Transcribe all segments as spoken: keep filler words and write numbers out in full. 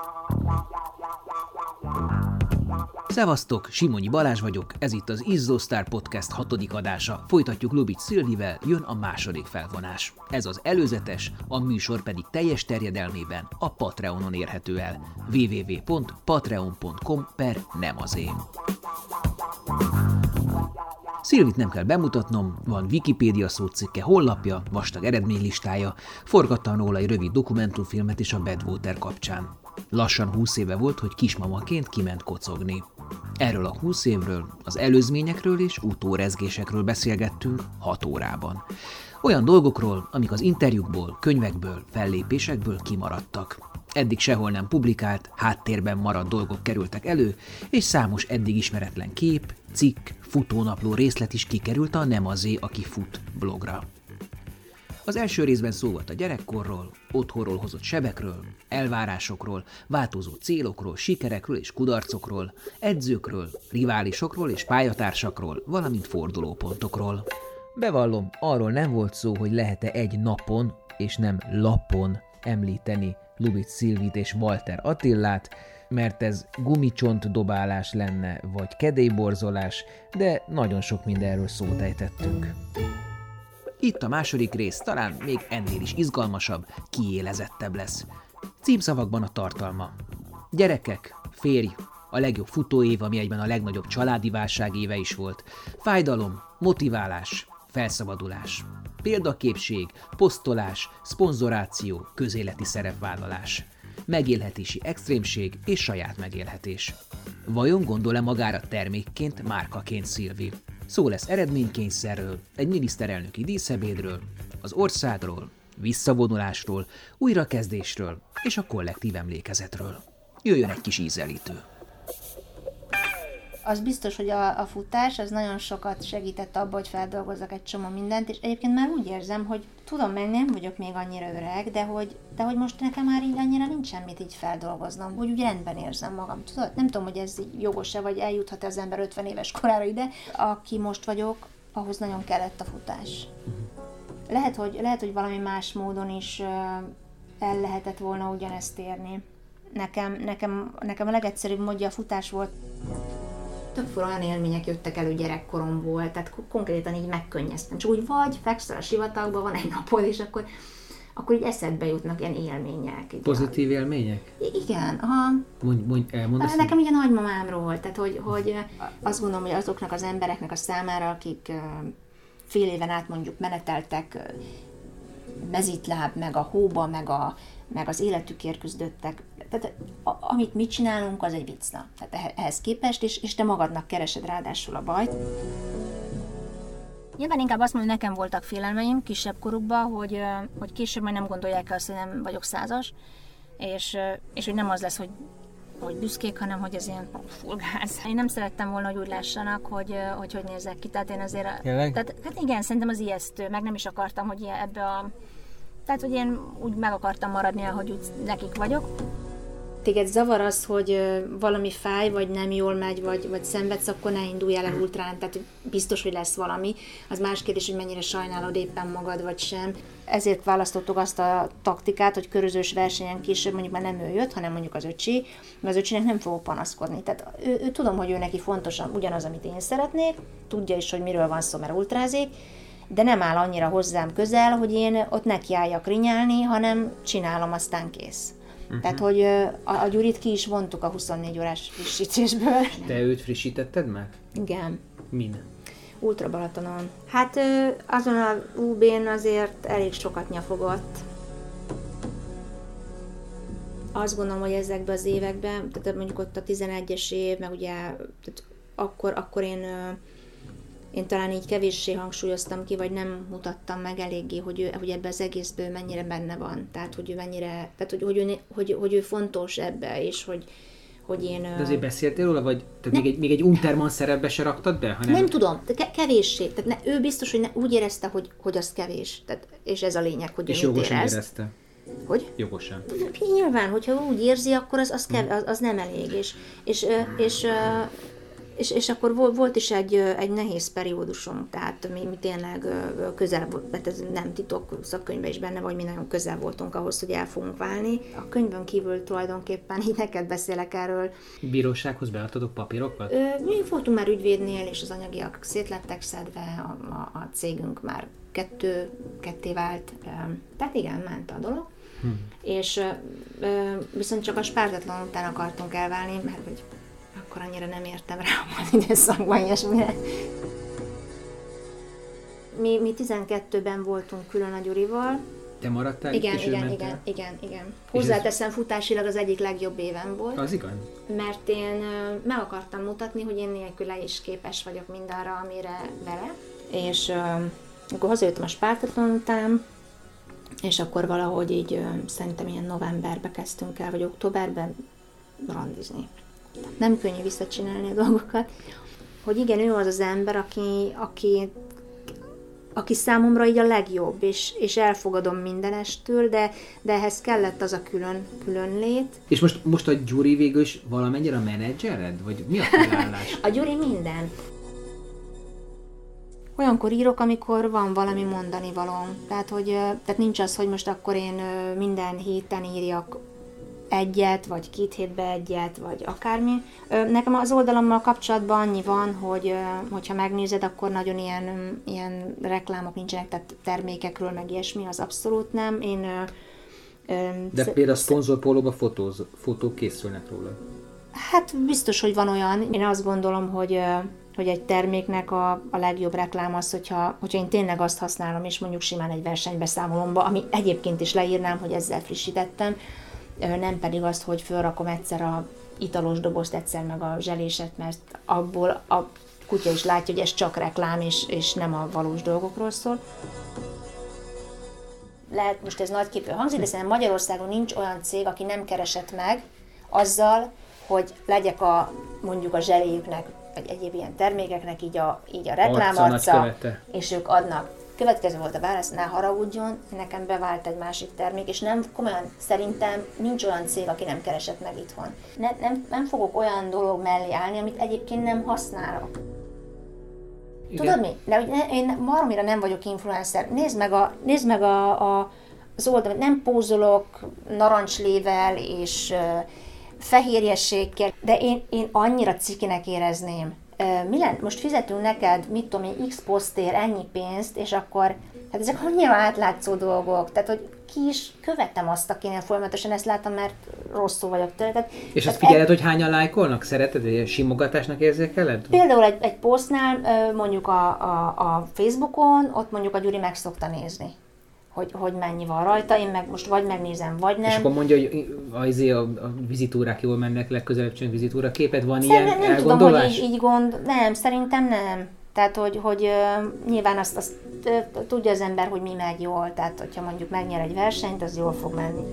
Szevasztok, Simonyi Balázs vagyok, ez itt az Izzósztár Podcast hatodik adása. Folytatjuk Lubitz Szilvivel, jön a második felvonás. Ez az előzetes, a műsor pedig teljes terjedelmében a Patreonon érhető el. double-u double-u double-u pont patreon pont com per nem az én. Szilvit nem kell bemutatnom, van Wikipédia szócikke, honlapja, vastag eredménylistája, forgattam róla egy rövid dokumentumfilmet is a Badwater kapcsán. Lassan húsz éve volt, hogy kismamaként kiment kocogni. Erről a húsz évről, az előzményekről és utórezgésekről beszélgettünk hat órában. Olyan dolgokról, amik az interjúkból, könyvekből, fellépésekből kimaradtak. Eddig sehol nem publikált, háttérben maradt dolgok kerültek elő, és számos eddig ismeretlen kép, cikk, futónapló részlet is kikerült a Nem azé, aki fut blogra. Az első részben szó volt a gyerekkorról, otthonról hozott sebekről, elvárásokról, változó célokról, sikerekről és kudarcokról, edzőkről, riválisokról és pályatársakról, valamint fordulópontokról. Bevallom, arról nem volt szó, hogy lehet-e egy napon, és nem lapon említeni Lubitz Szilvit és Walter Attillát, mert ez gumicsontdobálás lenne, vagy kedélyborzolás, de nagyon sok mindenről szót ejtettünk. Itt a második rész talán még ennél is izgalmasabb, kiélezettebb lesz. Címszavakban a tartalma. Gyerekek, férj, a legjobb futóév, ami egyben a legnagyobb családi válság éve is volt. Fájdalom, motiválás, felszabadulás. Példaképség, posztolás, szponzoráció, közéleti szerepvállalás. Megélhetési extrémség és saját megélhetés. Vajon gondol-e magára termékként, márkaként Szilvi? Szó lesz eredménykényszerről, egy miniszterelnöki díszebédről, az országról, visszavonulásról, újrakezdésről és a kollektív emlékezetről. Jöjjön egy kis ízelítő. Az biztos, hogy a, a futás az nagyon sokat segített abba, hogy feldolgozzak egy csomó mindent, és egyébként már úgy érzem, hogy tudom, meg nem vagyok még annyira öreg, de hogy, de hogy most nekem már így annyira nincs semmit így feldolgoznom, hogy úgy rendben érzem magam. Tudod, nem tudom, hogy ez így jogos-e, vagy eljuthat az ember ötven éves korára ide. Aki most vagyok, ahhoz nagyon kellett a futás. Lehet, hogy, lehet, hogy valami más módon is el lehetett volna ugyanezt érni. Nekem, nekem, nekem a legegyszerűbb módja a futás volt. Többször olyan élmények jöttek elő gyerekkoromból, tehát konkrétan így megkönnyeztem. Csak úgy vagy fekszel a sivatagban, van egy napod, és akkor, akkor így eszedbe jutnak ilyen élmények. Pozitív ilyen. élmények? Igen, aha. Mondj, mondj, elmondasz? Nekem így a nagymamámról, tehát hogy, hogy azt gondolom, hogy azoknak az embereknek a számára, akik fél éven át mondjuk meneteltek mezitláb, meg a hóba, meg, a, meg az életükért küzdöttek. Tehát a, amit mi csinálunk, az egy vicc. Tehát ehhez képest, és, és te magadnak keresed ráadásul a bajt. Nyilván inkább azt mondom, hogy nekem voltak félelmeim kisebb korukban, hogy, hogy később majd nem gondolják azt, hogy nem vagyok százas, és, és hogy nem az lesz, hogy, hogy büszkék, hanem hogy ez ilyen fulgáz. Én nem szerettem volna, hogy úgy lássanak, hogy hogy, hogy nézek ki. Tehát én azért... Tehát, hát igen, szerintem az ijesztő, meg nem is akartam, hogy ebbe a... Tehát, hogy én úgy meg akartam maradni, ahogy úgy nekik vagyok. Téged zavar az, hogy valami fáj, vagy nem jól megy, vagy, vagy szenvedsz, akkor ne indulj el ultrán, tehát biztos, hogy lesz valami. Az más kérdés, hogy mennyire sajnálod éppen magad, vagy sem. Ezért választottuk azt a taktikát, hogy körözős versenyen később mondjuk már nem ő jött, hanem mondjuk az öcsi, mert az öcsinek nem fogok panaszkodni. Tehát ő, ő tudom, hogy ő neki fontosan ugyanaz, amit én szeretnék, tudja is, hogy miről van szó, mert ultrázik, de nem áll annyira hozzám közel, hogy én ott nekiálljak rinyálni, hanem csinálom, aztán kész. Uh-huh. Tehát, hogy a, a Gyurit ki is vontuk a huszonnégy órás frissítésből. Te őt frissítetted meg? Igen. Min? Ultra Balatonon. Hát azon a ú bén azért elég sokat nyafogott. Azt gondolom, hogy ezekben az években, tehát mondjuk ott a tizenegyes év, meg ugye tehát akkor, akkor én, én talán így kevéssé hangsúlyoztam ki, vagy nem mutattam meg eléggé, hogy, ő, hogy ebben az egészből mennyire benne van. Tehát, hogy ő mennyire, tehát, hogy, hogy, ő, hogy, hogy ő fontos ebbe, és hogy, hogy én... De azért beszéltél róla, vagy tehát még, egy, még egy Unterman szerepbe se raktad be? Hanem... Nem tudom, ke- kevéssé. Tehát ne, ő biztos, hogy ne, úgy érezte, hogy, hogy az kevés. Tehát, és ez a lényeg, hogy és ő mit jogosan érez. érezte? Hogy? Jogosan. Nyilván, hogyha úgy érzi, akkor az, az, kev, az, az nem elég. És, és, és, és, és, és akkor volt, volt is egy, egy nehéz periódusunk, tehát mi, mi tényleg közel volt, mert ez nem titok, szakkönyvben is benne, vagy mi nagyon közel voltunk ahhoz, hogy el fogunk válni. A könyvön kívül tulajdonképpen így neked beszélek erről. Bírósághoz beadtatok papírokat? Mi voltunk már ügyvédnél, és az anyagiak szétlettek szedve, a, a, a cégünk már kettő, ketté vált, tehát igen, ment a dolog. Hm. És viszont csak a Spártatlan után akartunk elválni, mert hogy akkor annyira nem értem rá az időszakban ilyesmire. Mi, mi tizenkettőben voltunk külön a Gyurival. Te maradtál igen, itt, és igen, igen, igen, igen. Hozzáteszem, ez... futásilag az egyik legjobb évem volt. Az igaz? Mert én meg akartam mutatni, hogy én nélküle is képes vagyok mindarra, amire vele. És uh, akkor hazajöttem a Spártatlan után, és akkor valahogy így uh, szerintem ilyen novemberbe kezdtünk el, vagy októberben randizni. Nem könnyű visszacsinálni a dolgokat, hogy igen, ő az az ember, aki, aki, aki számomra így a legjobb, és, és elfogadom mindenestől, de, de ehhez kellett az a külön, külön lét. És most, most a Gyuri végül is valamennyire a menedzsered? Vagy mi a felállás? A Gyuri minden. Olyankor írok, amikor van valami mondani valóm. Tehát, hogy, tehát nincs az, hogy most akkor én minden héten írjak egyet, vagy két hétbe egyet, vagy akármi. Nekem az oldalammal kapcsolatban annyi van, hogy hogyha megnézed, akkor nagyon ilyen, ilyen reklámok nincsenek, tehát termékekről, meg ilyesmi, az abszolút nem. Én, De sz- például a szponzorpólóban fotóz, fotók készülnek róla? Hát biztos, hogy van olyan. Én azt gondolom, hogy, hogy egy terméknek a, a legjobb reklám az, hogyha, hogyha én tényleg azt használom, és mondjuk simán egy versenybeszámolomba, ami egyébként is leírnám, hogy ezzel frissítettem, nem pedig azt, hogy fölrakom egyszer a italos dobozt, egyszer meg a zseléset, mert abból a kutya is látja, hogy ez csak reklám, és, és nem a valós dolgokról szól. Lehet, most ez nagyképű hangzik, de szerintem Magyarországon nincs olyan cég, aki nem keresett meg azzal, hogy legyek a, mondjuk a zseléjüknek, vagy egyéb ilyen termékeknek így a, így a reklámarca, és ők adnak. Következő volt a válasz, ne haragudjon, nekem bevált egy másik termék, és nem, komolyan szerintem nincs olyan cég, aki nem keresett meg itthon. Ne, nem, nem fogok olyan dolog mellé állni, amit egyébként nem használok. Igen. Tudod mi? De én baromira nem vagyok influencer. Nézd meg, a, nézd meg a, a, az oldalon, nem pózolok narancslével és uh, fehérjességgel, de én, én annyira cikinek érezném. Mi lenne? Most fizetünk neked, mit tudom én, X posztér, ennyi pénzt, és akkor, hát ezek annyira átlátszó dolgok, tehát hogy ki is követem azt, akinél folyamatosan ezt látom, mert rosszul vagyok tőle. Tehát, és azt figyeled, e... hogy hányan lájkolnak? Szereted, hogy simogatásnak érzékeled? Például egy, egy posztnál, mondjuk a, a, a Facebookon, ott mondjuk a Gyuri meg szokta nézni, hogy, hogy mennyi van rajta, én meg most vagy megnézem, vagy nem. És akkor mondja, hogy az a, a vizitúrák jól mennek, legközelebb csinálni vizitúra képet, van Szerint, ilyen nem elgondolás? Nem tudom, hogy így, így gond... Nem, szerintem nem. Tehát, hogy, hogy uh, nyilván azt, azt uh, tudja az ember, hogy mi megy jól, tehát hogyha mondjuk megnyer egy versenyt, az jól fog menni.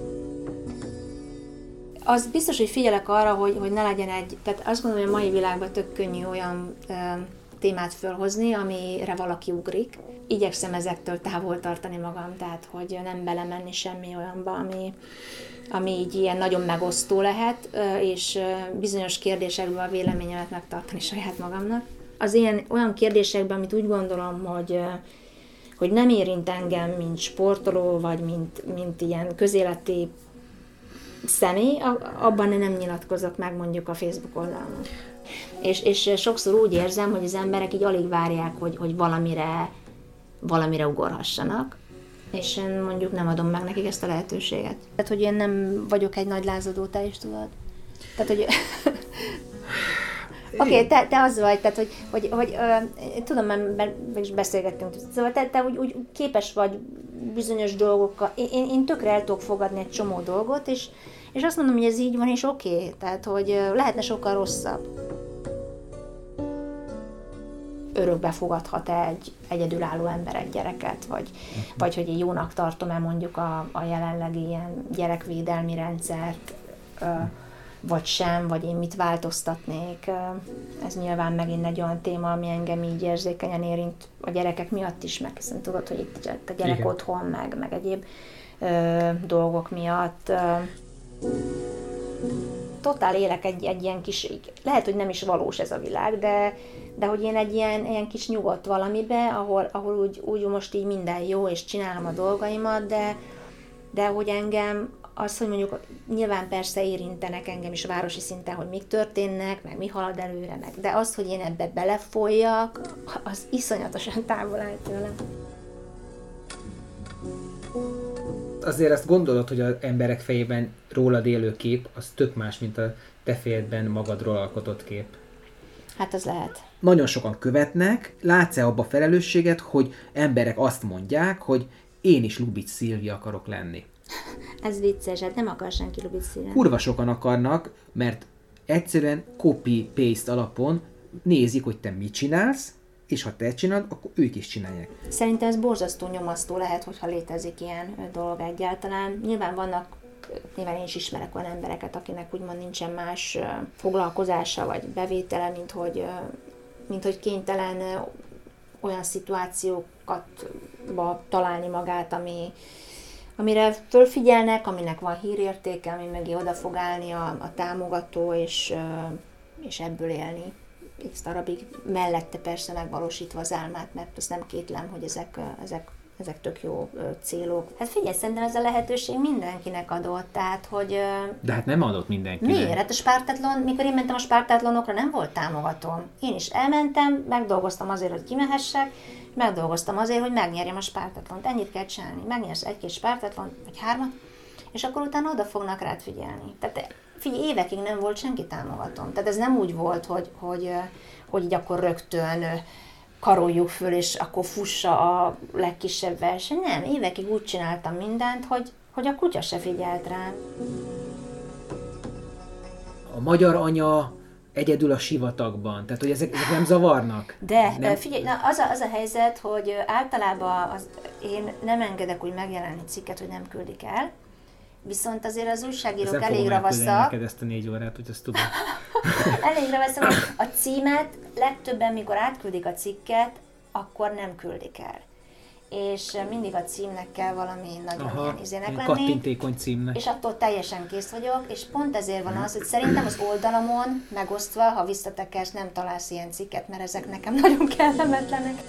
Az biztos, hogy figyelek arra, hogy, hogy ne legyen egy, tehát azt gondolom, hogy a mai világban tök könnyű olyan uh, témát fölhozni, amire valaki ugrik. Igyekszem ezektől távol tartani magam, tehát hogy nem belemenni semmi olyanba, ami, ami így ilyen nagyon megosztó lehet, és bizonyos kérdésekben a véleményemet megtartani saját magamnak. Az ilyen olyan kérdésekben, amit úgy gondolom, hogy, hogy nem érint engem, mint sportoló, vagy mint, mint ilyen közéleti személy, abban nem nyilatkozok meg mondjuk a Facebook oldalon. És, és sokszor úgy érzem, hogy az emberek így alig várják, hogy, hogy valamire, valamire ugorhassanak, és én mondjuk nem adom meg nekik ezt a lehetőséget. Tehát, hogy én nem vagyok egy nagy lázadó, te is tudod. Tehát, hogy... Oké, okay, te, te az vagy, tehát, hogy, hogy, hogy uh, tudom, mert, mert is beszélgettünk, szóval te, te úgy, úgy képes vagy bizonyos dolgokkal, én, én, én tökre el tudok fogadni egy csomó dolgot, és, és azt mondom, hogy ez így van, és oké, okay, tehát, hogy uh, lehetne sokkal rosszabb. Örökbe fogadhat egy egyedülálló ember egy gyereket, vagy, uh-huh. vagy hogy én jónak tartom-e mondjuk a, a jelenlegi ilyen gyerekvédelmi rendszert, uh, vagy sem, vagy én mit változtatnék. Ez nyilván megint egy olyan téma, ami engem így érzékenyen érint a gyerekek miatt is, meg hiszen tudod, hogy itt a gyerek igen. otthon, meg, meg egyéb ö, dolgok miatt. totál élek egy, egy ilyen kis, lehet, hogy nem is valós ez a világ, de, de hogy én egy ilyen, ilyen kis nyugodt valamibe, ahol, ahol úgy, úgy most így minden jó, és csinálom a dolgaimat, de, de hogy engem az, hogy mondjuk nyilván persze érintenek engem is városi szinten, hogy mik történnek, meg mi halad előre, meg, de az, hogy én ebbe belefolyjak, az iszonyatosan távol áll tőlem. Azért azt gondolod, hogy az emberek fejében rólad élő kép, az tök más, mint a te fejedben magadról alkotott kép. Hát az lehet. Nagyon sokan követnek, látsz-e abba felelősséget, hogy emberek azt mondják, hogy én is Lubicz Szilvi akarok lenni? Ez vicces, hát nem akar senki Lubicz Szilvi. Kurva sokan akarnak, mert egyszerűen copy-paste alapon nézik, hogy te mit csinálsz, és ha te csinálod, akkor ők is csinálják. Szerintem ez borzasztó nyomasztó lehet, hogyha létezik ilyen dolog egyáltalán. Nyilván vannak, nyilván én is ismerek olyan embereket, akinek úgymond nincsen más foglalkozása vagy bevétele, mint hogy, mint hogy kénytelen olyan szituációkat találni magát, ami, amire fölfigyelnek, aminek van hírértéke, ami mögé oda fog állni a, a támogató, és, és ebből élni. X darabig, mellette persze megvalósítva az álmát, mert azt nem kétlem, hogy ezek, ezek, ezek tök jó célok. Hát figyelj, szerintem ez a lehetőség mindenkinek adott, tehát hogy... De hát nem adott mindenkinek. Miért? Hát a Spartatlon, mikor én mentem a Spartatlonokra, nem volt támogatóm. Én is elmentem, megdolgoztam azért, hogy kimehessek, megdolgoztam azért, hogy megnyerjem a Spartatlont. Ennyit kell csinálni. Megnyersz egy-két Spartatlon, vagy hármat, és akkor utána oda fognak rád figyelni. Tehát figyelj, évekig nem volt senki támogatom. Tehát ez nem úgy volt, hogy, hogy, hogy így akkor rögtön karoljuk föl, és akkor fussa a legkisebb verseny. Nem, évekig úgy csináltam mindent, hogy, hogy a kutya se figyelt rám. A magyar anya egyedül a sivatagban, tehát hogy ezek, ezek nem zavarnak? De nem? Figyelj, na, az, a, az a helyzet, hogy általában az, én nem engedek úgy megjelenni cikket, hogy nem küldik el. Viszont azért az újságírók elég ravaszak. Neked ezt a négy órát, hogy azt tudom. elég ravaszak, hogy a címet legtöbben, mikor átküldik a cikket, akkor nem küldik el. És mindig a címnek kell valami nagyon Aha, ilyen izének lenni. kattintékony címnek. És attól teljesen kész vagyok, és pont ezért van az, hogy szerintem az oldalamon megosztva, ha visszatekersz, nem találsz ilyen cikket, mert ezek nekem nagyon kellemetlenek.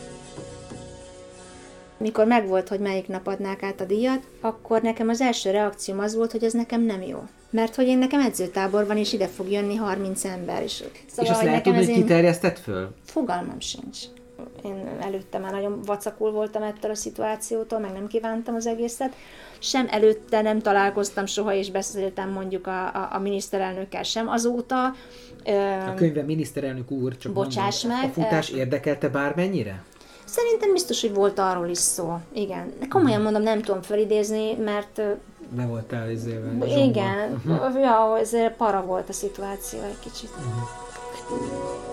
Mikor megvolt, hogy melyik nap adnák át a díjat, akkor nekem az első reakcióm az volt, hogy ez nekem nem jó. Mert hogy én nekem edzőtábor van, és ide fog jönni harminc ember. És, szóval, és azt lehet tudni, hogy én... kiterjesztett föl? Fogalmam sincs. Én előtte már nagyon vacakul voltam ettől a szituációtól, meg nem kívántam az egészet. Sem előtte nem találkoztam soha, és beszéltem mondjuk a, a, a miniszterelnökkel sem azóta. A könyvben miniszterelnök úr, csak bocsáss mondom, meg. A futás érdekelte bármennyire? Szerintem biztos, hogy volt arról is szó. Igen. Komolyan mondom, nem tudom felidézni, mert... Be voltál izével. Igen. Uh-huh. Ja, ezért para volt a szituáció egy kicsit. Uh-huh.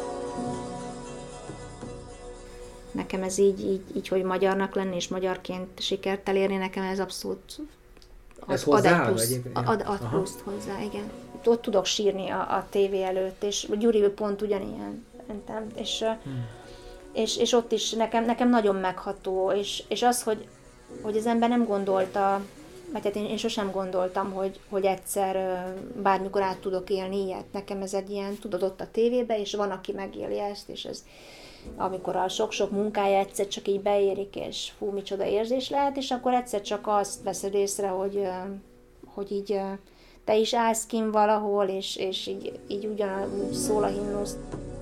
Nekem ez így, így, így, hogy magyarnak lenni, és magyarként sikert elérni, nekem ez abszolút ad, ez ad hozzá, egy pluszt, ad, ad pluszt hozzá, igen. Ott tudok sírni a, a tévé előtt, és Gyuri pont ugyanilyen. És, hmm. és, és ott is nekem, nekem nagyon megható, és, és az, hogy, hogy az ember nem gondolta, mert hát én, én sosem gondoltam, hogy, hogy egyszer bármikor át tudok élni ilyet. Nekem ez egy ilyen, tudod, ott a tévébe, és van, aki megéli ezt, és ez amikor a sok-sok munkája egyszer csak így beérik, és fú, micsoda érzés lehet, és akkor egyszer csak azt veszed észre, hogy, hogy így te is állsz kint valahol, és, és így, így ugyanúgy szól a himnusz.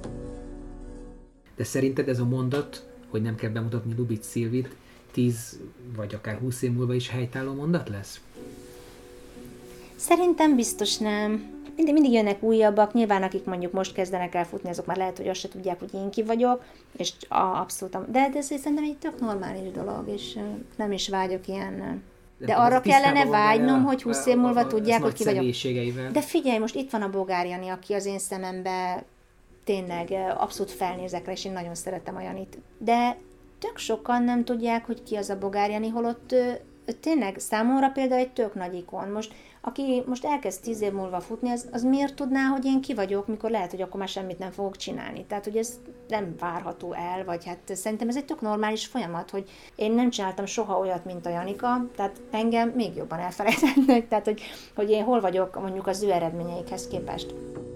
De szerinted ez a mondat, hogy nem kell bemutatni Lubicz Szilvit, tíz vagy akár húsz év múlva is helytálló mondat lesz? Szerintem biztos nem. Mindig, mindig jönnek újabbak, nyilván akik mondjuk most kezdenek el futni, azok már lehet, hogy azt se tudják, hogy én ki vagyok, és a, abszolút, de, de ez szerintem egy tök normális dolog, és nem is vágyok ilyen... De, de arra kellene vágynom, hogy húsz év múlva tudják, hogy ki vagyok. De figyelj, most itt van a Bogár Jani, aki az én szemembe tényleg abszolút felnézek rá, és én nagyon szeretem a Janit. De tök sokan nem tudják, hogy ki az a Bogár Jani, holott ő, tényleg számomra például egy tök nagy ikon. Most, aki most elkezd tíz év múlva futni, az, az miért tudná, hogy én ki vagyok, mikor lehet, hogy akkor már semmit nem fogok csinálni. Tehát, hogy ez nem várható el, vagy hát szerintem ez egy tök normális folyamat, hogy én nem csináltam soha olyat, mint a Janika, tehát engem még jobban elfelejtetnek, tehát, hogy, hogy én hol vagyok mondjuk az ő eredményeikhez képest.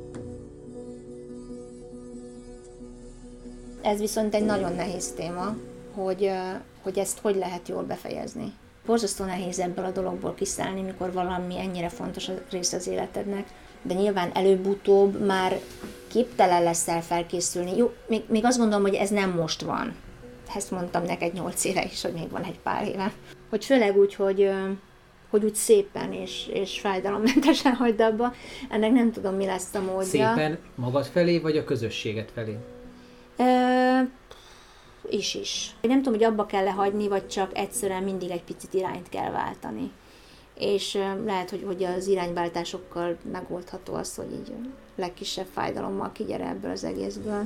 Ez viszont egy nagyon nehéz téma, hogy, hogy ezt hogy lehet jól befejezni. Borzasztó nehéz ebből a dologból kiszállni, mikor valami ennyire fontos a rész az életednek, de nyilván előbb-utóbb már képtelen leszel felkészülni. Jó, még, még azt gondolom, hogy ez nem most van. Ezt mondtam neked nyolc éve is, hogy még van egy pár éve. Hogy főleg úgy, hogy, hogy úgy szépen és, és fájdalommentesen hagyd abba, ennek nem tudom, mi lesz a módja. Szépen magad felé, vagy a közösséget felé? Ö, is is. Nem tudom, hogy abba kell hagyni, vagy csak egyszerűen mindig egy picit irányt kell váltani. És lehet, hogy, hogy az irányváltásokkal megoldható az, hogy így legkisebb fájdalommal kigyere ebből az egészből.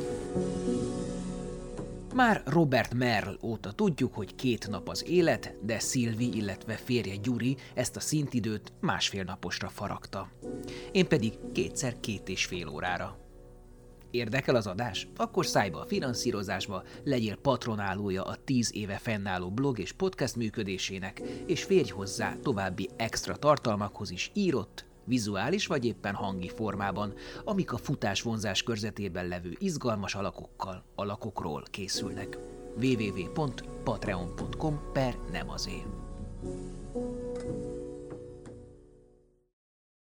Már Robert Merl óta tudjuk, hogy két nap az élet, de Szilvi, illetve férje Gyuri ezt a szintidőt másfél naposra faragta. Én pedig kétszer két és fél órára. Érdekel az adás? Akkor szállj be a finanszírozásba, legyél patronálója a tíz éve fennálló blog és podcast működésének, és férj hozzá további extra tartalmakhoz is írott, vizuális vagy éppen hangi formában, amik a futásvonzás körzetében levő izgalmas alakokkal, alakokról készülnek. double-u double-u double-u pont patreon pont com per nem azért.